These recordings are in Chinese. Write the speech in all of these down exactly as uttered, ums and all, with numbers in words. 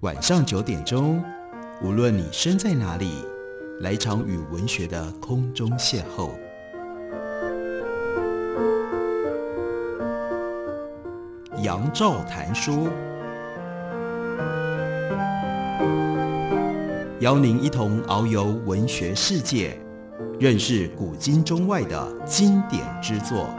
晚上九点钟，无论你身在哪里，来场与文学的空中邂逅。杨照谈书，邀您一同遨游文学世界，认识古今中外的经典之作。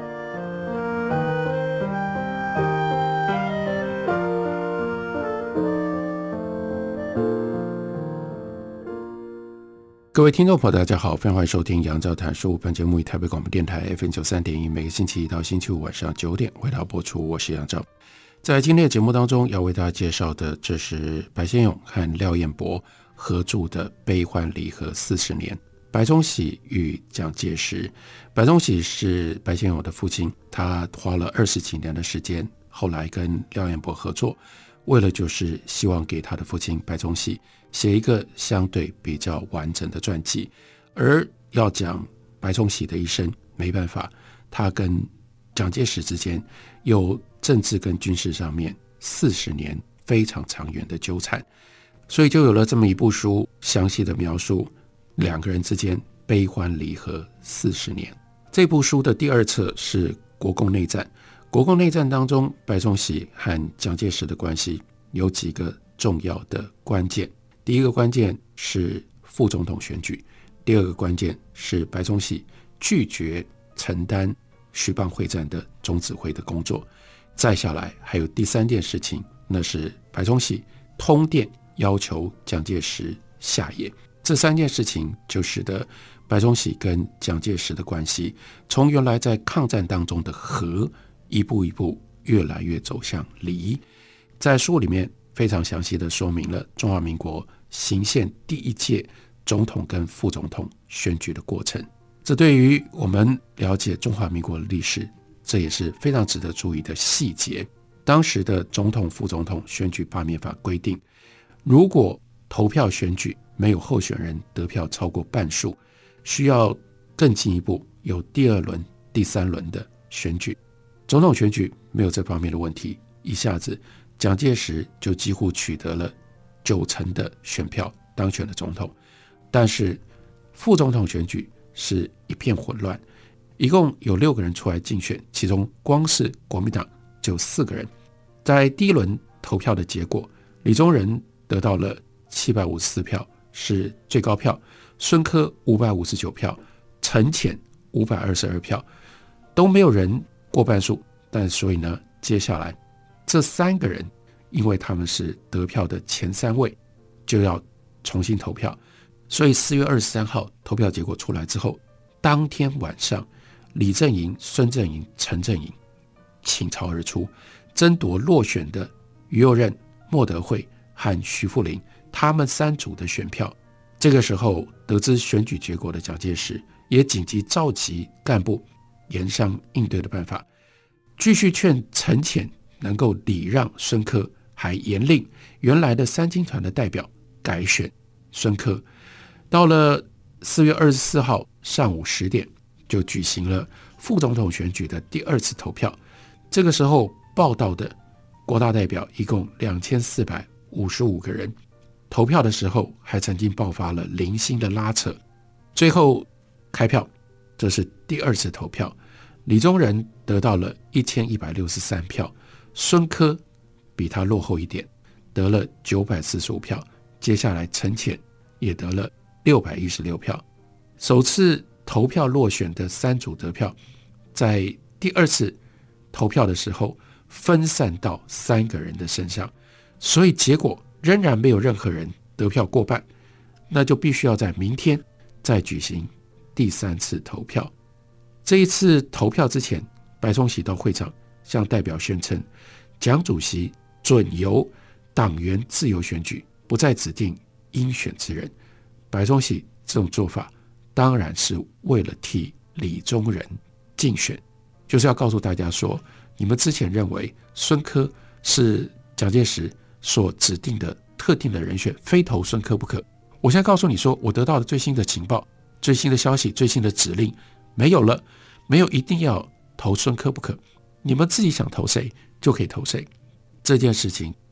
各位听众朋友大家好，非常欢迎收听杨照谈书。本节目以台北广播电台 F M 九十三点一 每个星期一到星期五晚上九点为大家播出，我是杨照。在今天的节目当中要为大家介绍的，这是白先勇和廖彦博合著的《悲欢离合四十年》。白崇禧与蒋介石，白崇禧是白先勇的父亲，他花了二十几年的时间，后来跟廖彦博合作，为了就是希望给他的父亲白崇禧写一个相对比较完整的传记。而要讲白崇禧的一生，没办法，他跟蒋介石之间有政治跟军事上面四十年非常长远的纠缠，所以就有了这么一部书，详细的描述两个人之间悲欢离合四十年。这部书的第二册是国共内战，国共内战当中，白崇禧和蒋介石的关系有几个重要的关键。第一个关键是副总统选举，第二个关键是白崇禧拒绝承担徐蚌会战的总指挥的工作。再下来还有第三件事情，那是白崇禧通电要求蒋介石下野。这三件事情就使得白崇禧跟蒋介石的关系从原来在抗战当中的和，一步一步越来越走向离。在书里面非常详细的说明了中华民国行宪第一届总统跟副总统选举的过程。这对于我们了解中华民国的历史，这也是非常值得注意的细节。当时的总统副总统选举罢免法规定，如果投票选举没有候选人得票超过半数，需要更进一步有第二轮第三轮的选举。总统选举没有这方面的问题，一下子蒋介石就几乎取得了九成的选票当选了总统。但是副总统选举是一片混乱，一共有六个人出来竞选，其中光是国民党就四个人。在第一轮投票的结果，李宗仁得到了七百五十四票，是最高票，孙科五百五十九票，陈潜五百二十二票，都没有人过半数。但所以呢，接下来这三个人因为他们是得票的前三位，就要重新投票。所以四月二十三号投票结果出来之后，当天晚上李正营、孙正营、陈正营倾巢而出，争夺落选的于右任、莫德惠和徐富临他们三组的选票。这个时候得知选举结果的蒋介石也紧急召集干部研商应对的办法，继续劝陈潜能够礼让孙科，还严令原来的三金团的代表改选孙科。到了四月二十四号上午十点，就举行了副总统选举的第二次投票。这个时候报道的国大代表一共两千四百五十五个人，投票的时候还曾经爆发了零星的拉扯。最后开票，这是第二次投票，李宗仁得到了一千一百六十三票，孙科比他落后一点，得了九百四十五票，接下来陈潜也得了六百一十六票。首次投票落选的三组得票，在第二次投票的时候分散到三个人的身上，所以结果仍然没有任何人得票过半，那就必须要在明天再举行第三次投票。这一次投票之前，白崇禧到会场向代表宣称，蒋主席准由党员自由选举，不再指定应选之人。白崇禧这种做法当然是为了替李宗仁竞选，就是要告诉大家说，你们之前认为孙科是蒋介石所指定的特定的人选，非投孙科不可。我现在告诉你说，我得到的最新的情报、最新的消息、最新的指令没有了，没有一定要投孙科不可，你们自己想投谁就可以投谁。这件事情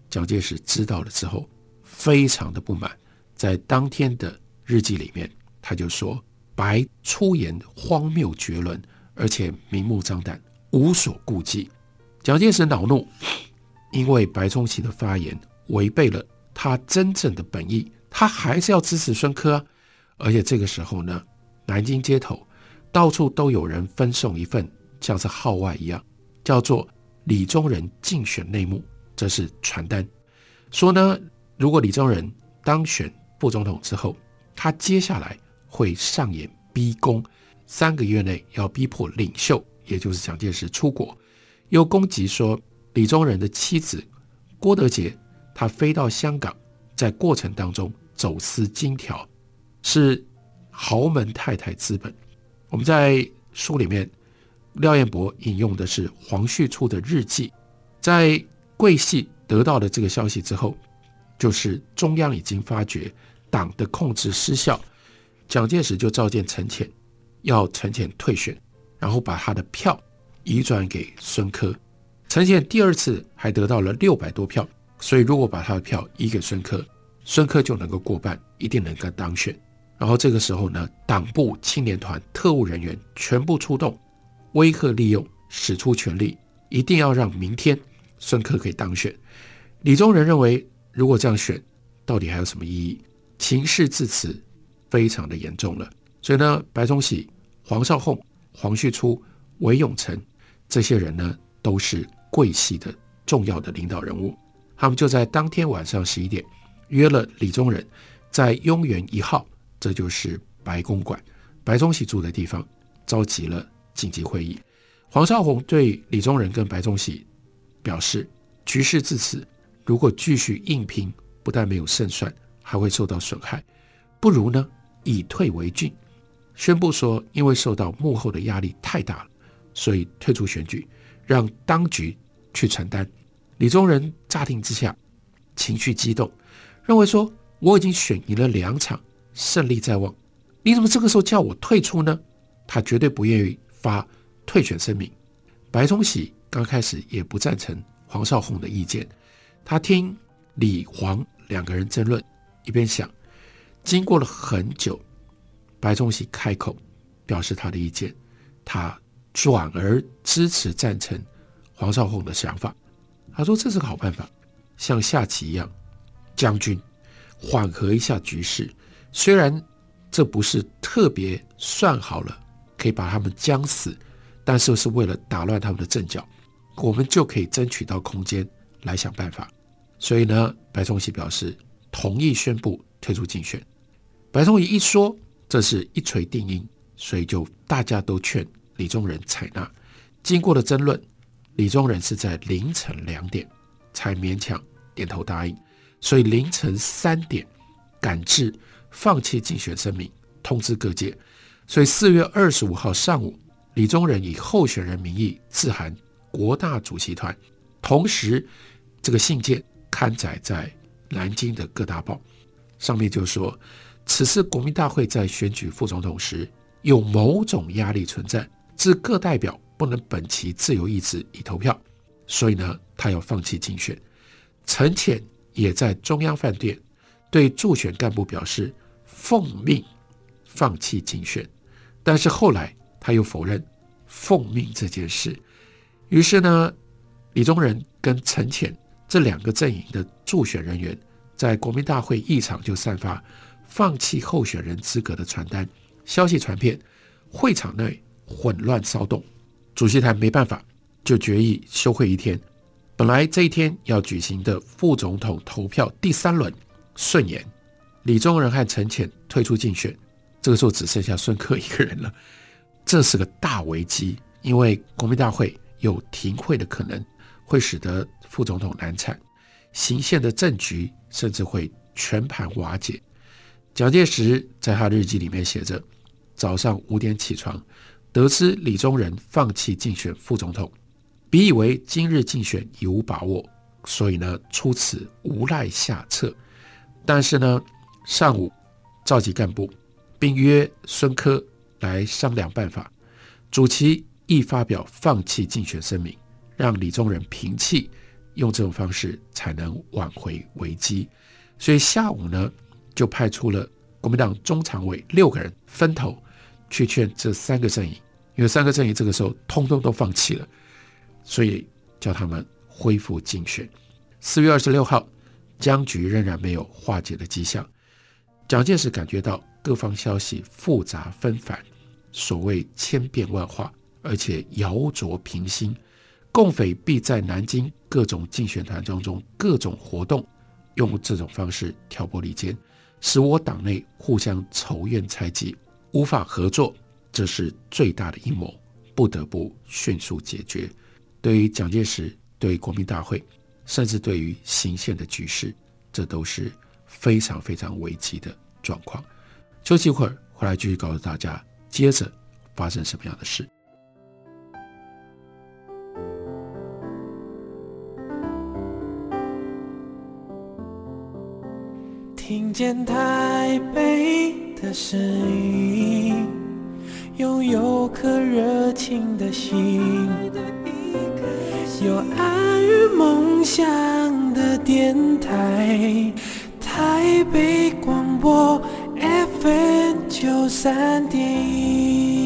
蒋介石知道了之后非常的不满，在当天的日记里面他就说，白出言荒谬绝伦，而且明目张胆，无所顾忌。蒋介石恼怒，因为白崇禧的发言违背了他真正的本意，他还是要支持孙科啊。而且这个时候呢，南京街头到处都有人分送一份像是号外一样，叫做李宗仁竞选内幕，这是传单，说呢，如果李宗仁当选副总统之后，他接下来会上演逼宫，三个月内要逼迫领袖，也就是蒋介石出国。又攻击说李宗仁的妻子郭德洁，她飞到香港，在过程当中走私金条，是豪门太太资本。我们在书里面廖彦博引用的是黄旭初的日记，在桂系得到了这个消息之后，就是中央已经发觉党的控制失效，蒋介石就召见陈潜，要陈潜退选，然后把他的票移转给孙科。陈潜第二次还得到了六百多票，所以如果把他的票移给孙科，孙科就能够过半，一定能够当选。然后这个时候呢，党部青年团特务人员全部出动，威吓利用，使出全力，一定要让明天孙科可以当选。李宗仁认为，如果这样选，到底还有什么意义？情势至此非常的严重了。所以呢，白崇禧、黄绍竑、黄旭初、韦永成这些人呢，都是桂系的重要的领导人物。他们就在当天晚上十一点约了李宗仁在雍园一号，这就是白公馆，白崇禧住的地方，召集了紧急会议。黄绍竑对李宗仁跟白崇禧表示，局势至此，如果继续硬拼，不但没有胜算，还会受到损害，不如呢以退为进，宣布说因为受到幕后的压力太大了，所以退出选举，让当局去承担。李宗仁乍听之下情绪激动，认为说我已经选赢了两场，胜利在望，你怎么这个时候叫我退出呢？他绝对不愿意发退选声明。白崇禧刚开始也不赞成黄绍竑的意见，他听李黄两个人争论，一边想，经过了很久，白崇禧开口表示他的意见，他转而支持赞成黄绍竑的想法。他说这是个好办法，像下棋一样，将军缓和一下局势，虽然这不是特别算好了可以把他们将死，但是是为了打乱他们的阵脚，我们就可以争取到空间来想办法。所以呢，白崇禧表示同意宣布退出竞选。白崇禧一说，这是一锤定音，所以就大家都劝李宗仁采纳。经过了争论，李宗仁是在凌晨两点才勉强点头答应，所以凌晨三点赶制放弃竞选声明，通知各界。所以四月二十五号上午，李宗仁以候选人名义致函国大主席团，同时这个信件刊载在南京的各大报，上面就说此次国民大会在选举副总统时有某种压力存在，致各代表不能本其自由意志以投票，所以呢，他要放弃竞选。陈潜也在中央饭店对助选干部表示奉命放弃竞选，但是后来他又否认奉命这件事。于是呢，李宗仁跟陈潜这两个阵营的助选人员在国民大会议场就散发放弃候选人资格的传单，消息传遍，会场内混乱骚动。主席台没办法，就决议休会一天。本来这一天要举行的副总统投票第三轮顺延，李宗仁和陈潜退出竞选，这个时候只剩下孙科一个人了。这是个大危机，因为国民大会有停会的可能，会使得副总统难产，行宪的政局甚至会全盘瓦解。蒋介石在他日记里面写着，早上五点起床，得知李宗仁放弃竞选副总统，彼以为今日竞选已无把握，所以呢，出此无赖下策。但是呢，上午召集干部，并约孙科来商量办法。主席亦发表放弃竞选声明，让李宗仁平气， 用这种方式才能挽回危机。所以下午呢，就派出了国民党中常委六个人分头去劝这三个阵营，因为三个阵营这个时候通通都放弃了，所以叫他们恢复竞选。四月二十六号，僵局仍然没有化解的迹象。蒋介石感觉到各方消息复杂纷繁，所谓千变万化，而且摇浊平心，共匪必在南京各种竞选团当中各种活动，用这种方式挑拨离间，使我党内互相仇怨猜忌，无法合作，这是最大的阴谋，不得不迅速解决。对于蒋介石，对于国民大会，甚至对于行宪的局势，这都是非常非常危急的状况。休息一会儿，回来继续告诉大家接着发生什么样的事。 听见台北的声音，拥有颗热情的心，有爱与梦想的电台，台北广播 F M 九十三点一。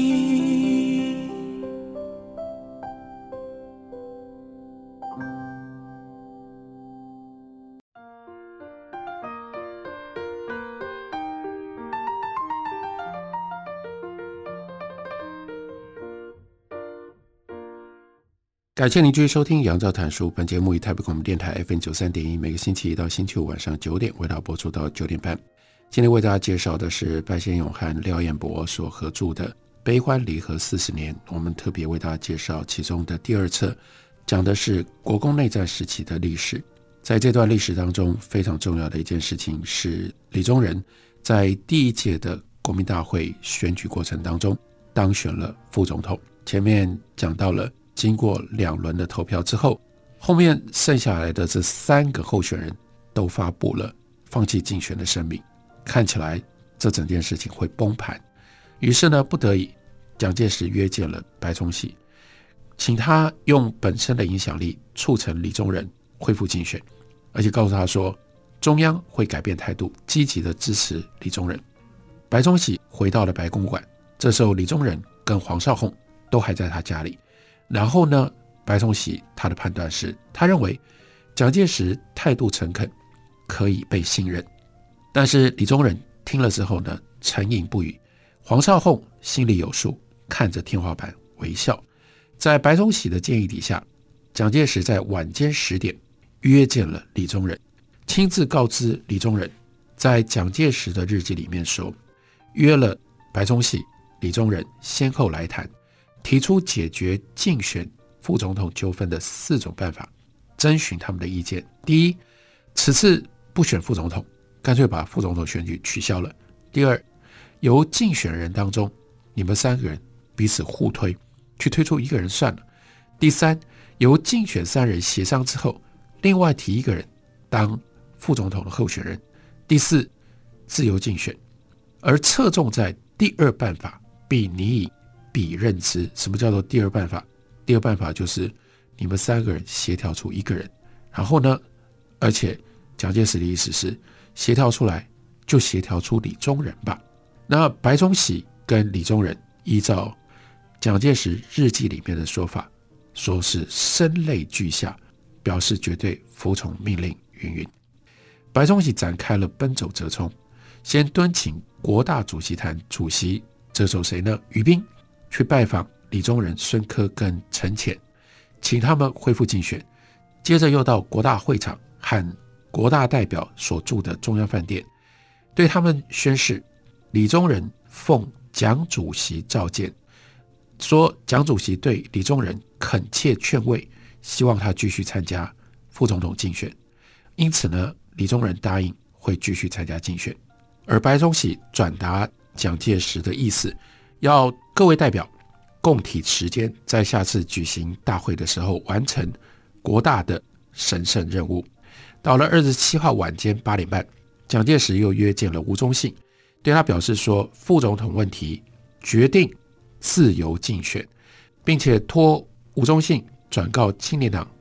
感谢您继续收听杨照谈书，本节目以台北广播电台 F M 九十三点一，每个星期一到星期五晚上九点为大家播出到九点半。今天为大家介绍的是白先勇和廖彦博所合著的《悲欢离合四十年》，我们特别为大家介绍其中的第二册，讲的是国共内战时期的历史。在这段历史当中，非常重要的一件事情是李宗仁在第一届的国民大会选举过程当中当选了副总统。前面讲到了经过两轮的投票之后，后面剩下来的这三个候选人都发布了放弃竞选的声明，看起来这整件事情会崩盘。于是呢，不得已蒋介石约见了白崇禧，请他用本身的影响力促成李宗仁恢复竞选，而且告诉他说中央会改变态度，积极的支持李宗仁。白崇禧回到了白公馆，这时候李宗仁跟黄绍竑都还在他家里。然后呢，白崇禧他的判断是，他认为蒋介石态度诚恳，可以被信任。但是李宗仁听了之后呢，沉吟不语。黄绍竑心里有数，看着天花板微笑。在白崇禧的建议底下，蒋介石在晚间十点约见了李宗仁，亲自告知李宗仁，在蒋介石的日记里面说，约了白崇禧、李宗仁先后来谈，提出解决竞选副总统纠纷的四种办法，征询他们的意见。第一，此次不选副总统，干脆把副总统选举取消了。第二，由竞选人当中，你们三个人彼此互推，去推出一个人算了。第三，由竞选三人协商之后，另外提一个人当副总统的候选人。第四，自由竞选。而侧重在第二办法，必拟以彼认之。什么叫做第二办法？第二办法就是你们三个人协调出一个人，然后呢，而且蒋介石的意思是协调出来就协调出李宗仁吧。那白崇禧跟李宗仁依照蒋介石日记里面的说法，说是声泪俱下，表示绝对服从命令云云。白崇禧展开了奔走折冲，先敦请国大主席团主席，这时候谁呢？于彬去拜访李宗仁、孙科跟陈潜，请他们恢复竞选。接着又到国大会场和国大代表所住的中央饭店，对他们宣誓，李宗仁奉蒋主席召见，说蒋主席对李宗仁恳切劝慰，希望他继续参加副总统竞选。因此呢，李宗仁答应会继续参加竞选。而白崇禧转达蒋介石的意思，要各位代表共体时间，在下次举行大会的时候完成国大的神圣任务。到了二十七号晚间八点半，蒋介石又约见了吴宗信，对他表示说，副总统问题决定自由竞选，并且托吴宗信转告青年党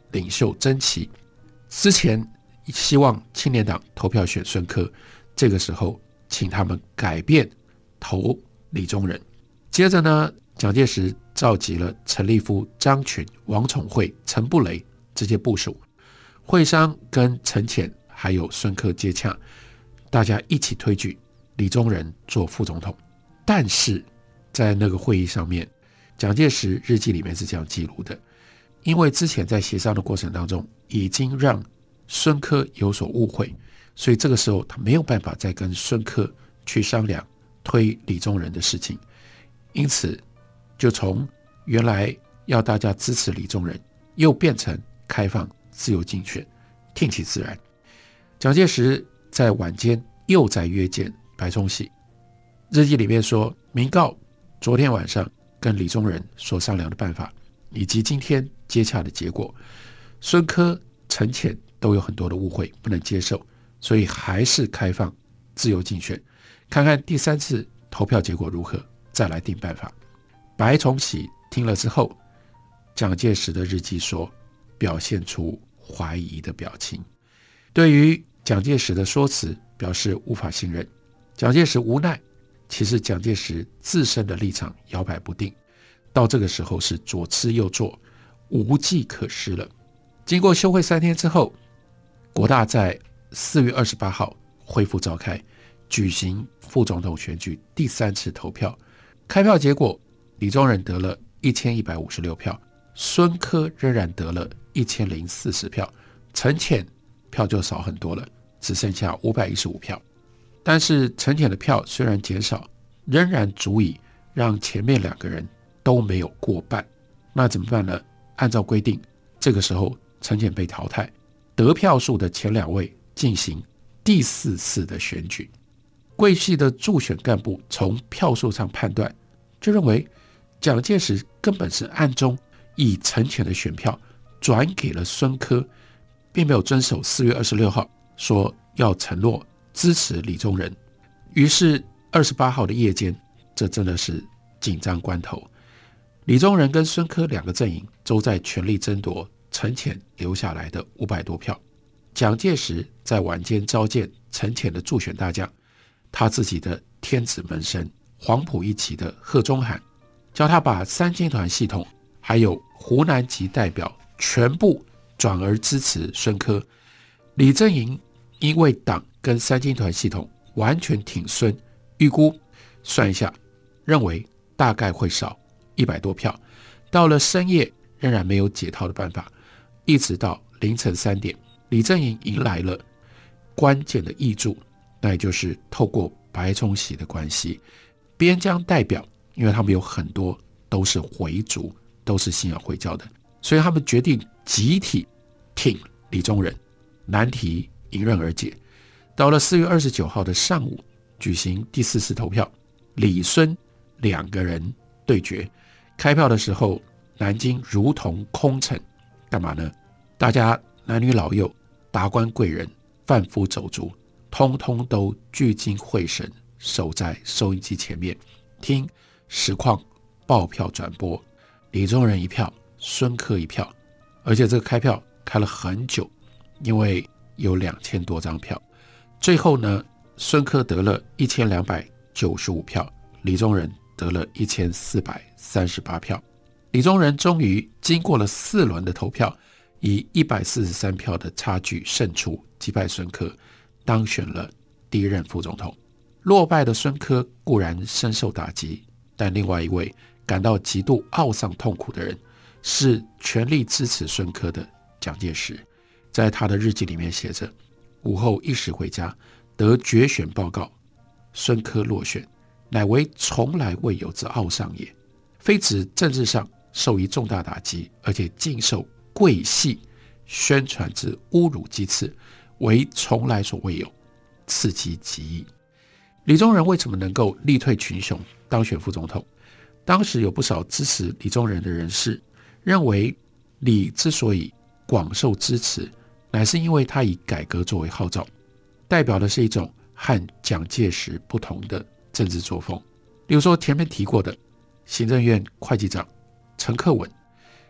领袖曾琦，之前希望青年党投票选孙科，这个时候请他们改变投李宗仁。接着呢，蒋介石召集了陈立夫、张群、王宠惠、陈布雷这些部属，会商跟陈潜还有孙科接洽，大家一起推举李宗仁做副总统。但是在那个会议上面，蒋介石日记里面是这样记录的，因为之前在协商的过程当中已经让孙科有所误会，所以这个时候他没有办法再跟孙科去商量推李宗仁的事情，因此就从原来要大家支持李宗仁又变成开放自由竞选，听其自然。蒋介石在晚间又在约见白崇禧，日记里面说，明告昨天晚上跟李宗仁所商量的办法以及今天接洽的结果，孙科、陈潜都有很多的误会不能接受，所以还是开放自由竞选，看看第三次投票结果如何，再来定办法。白崇禧听了之后，蒋介石的日记说，表现出怀疑的表情，对于蒋介石的说辞表示无法信任。蒋介石无奈，其实蒋介石自身的立场摇摆不定，到这个时候是左吃右做，无计可施了。经过休会三天之后，国大在四月二十八号恢复召开，举行副总统选举第三次投票。开票结果，李宗仁得了一千一百五十六票，孙科仍然得了一千零四十票，陈潜票就少很多了，只剩下五百一十五票。但是陈潜的票虽然减少，仍然足以让前面两个人都没有过半。那怎么办呢？按照规定，这个时候陈潜被淘汰，得票数的前两位进行第四次的选举。贵系的助选干部从票数上判断，就认为蒋介石根本是暗中以陈潜的选票转给了孙科，并没有遵守四月二十六号说要承诺支持李宗仁。于是二十八号的夜间，这真的是紧张关头，李宗仁跟孙科两个阵营都在全力争夺陈潜留下来的五百多票。蒋介石在晚间召见陈潜的助选大将，他自己的天子门生黄埔一期的贺中涵，叫他把三青团系统还有湖南籍代表全部转而支持孙科。李正营因为党跟三青团系统完全挺孙，预估算一下，认为大概会少一百多票。到了深夜仍然没有解套的办法，一直到凌晨三点，李正营迎来了关键的挹注，那也就是透过白崇禧的关系，边疆代表，因为他们有很多都是回族，都是信仰回教的，所以他们决定集体挺李宗仁，难题迎刃而解。到了四月二十九号的上午，举行第四次投票，李孙两个人对决。开票的时候，南京如同空城，干嘛呢？大家男女老幼、达官贵人、贩夫走卒，通通都聚精会神，守在收音机前面，听实况报票转播，李宗仁一票，孙科一票，而且这个开票开了很久，因为有两千多张票。最后呢，孙科得了一千两百九十五票，李宗仁得了一千四百三十八票。李宗仁终于经过了四轮的投票，以一百四十三票的差距胜出，击败孙科，当选了第一任副总统。落败的孙科固然深受打击，但另外一位感到极度懊丧痛苦的人是全力支持孙科的蒋介石。在他的日记里面写着，午后一时回家，得决选报告，孙科落选，乃为从来未有之懊丧也。非指政治上受一重大打击，而且尽受贵系宣传之侮辱讥刺，为从来所未有，刺激极矣。李宗仁为什么能够力退群雄当选副总统？当时有不少支持李宗仁的人士认为，李之所以广受支持，乃是因为他以改革作为号召，代表的是一种和蒋介石不同的政治作风。例如说前面提过的行政院会计长陈克文，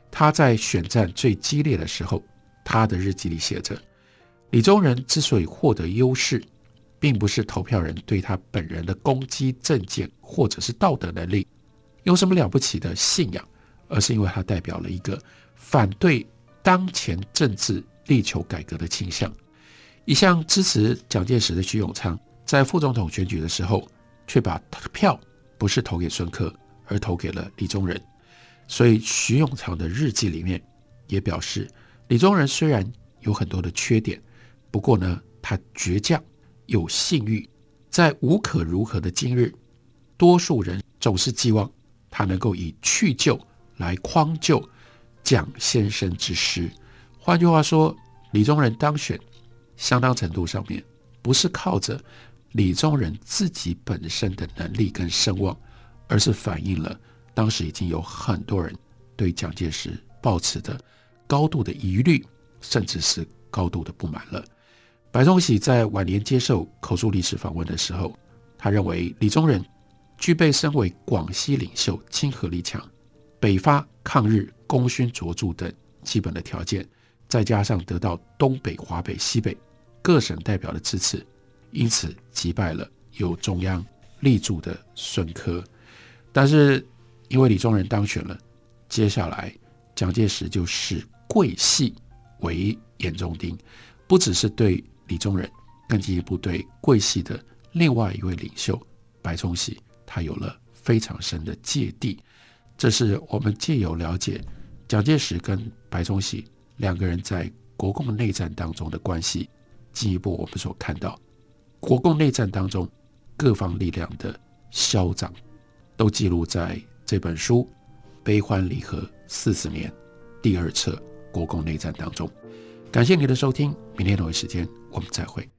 他在选战最激烈的时候，他的日记里写着，李宗仁之所以获得优势，并不是投票人对他本人的攻击政见或者是道德能力有什么了不起的信仰，而是因为他代表了一个反对当前政治力求改革的倾向。一向支持蒋介石的徐永昌在副总统选举的时候，却把票不是投给孙科，而投给了李宗仁。所以徐永昌的日记里面也表示，李宗仁虽然有很多的缺点，不过呢，他倔强有信誉，在无可如何的今日，多数人总是寄望他能够以去旧来匡救蒋先生之师。换句话说，李宗仁当选相当程度上面不是靠着李宗仁自己本身的能力跟声望，而是反映了当时已经有很多人对蒋介石抱持的高度的疑虑，甚至是高度的不满了。白崇禧在晚年接受口述历史访问的时候，他认为李宗仁具备身为广西领袖亲和力强，北伐抗日功勋卓著等基本的条件，再加上得到东北、华北、西北各省代表的支持，因此击败了由中央力助的孙科。但是因为李宗仁当选了，接下来蒋介石就视桂系为眼中钉，不只是对李宗仁，更进一步对桂系的另外一位领袖白崇禧，他有了非常深的芥蒂。这是我们借由了解蒋介石跟白崇禧两个人在国共内战当中的关系，进一步我们所看到国共内战当中各方力量的消长，都记录在这本书《悲欢离合四十年》第二册国共内战当中。感谢你的收听，明天同一时间我们再会。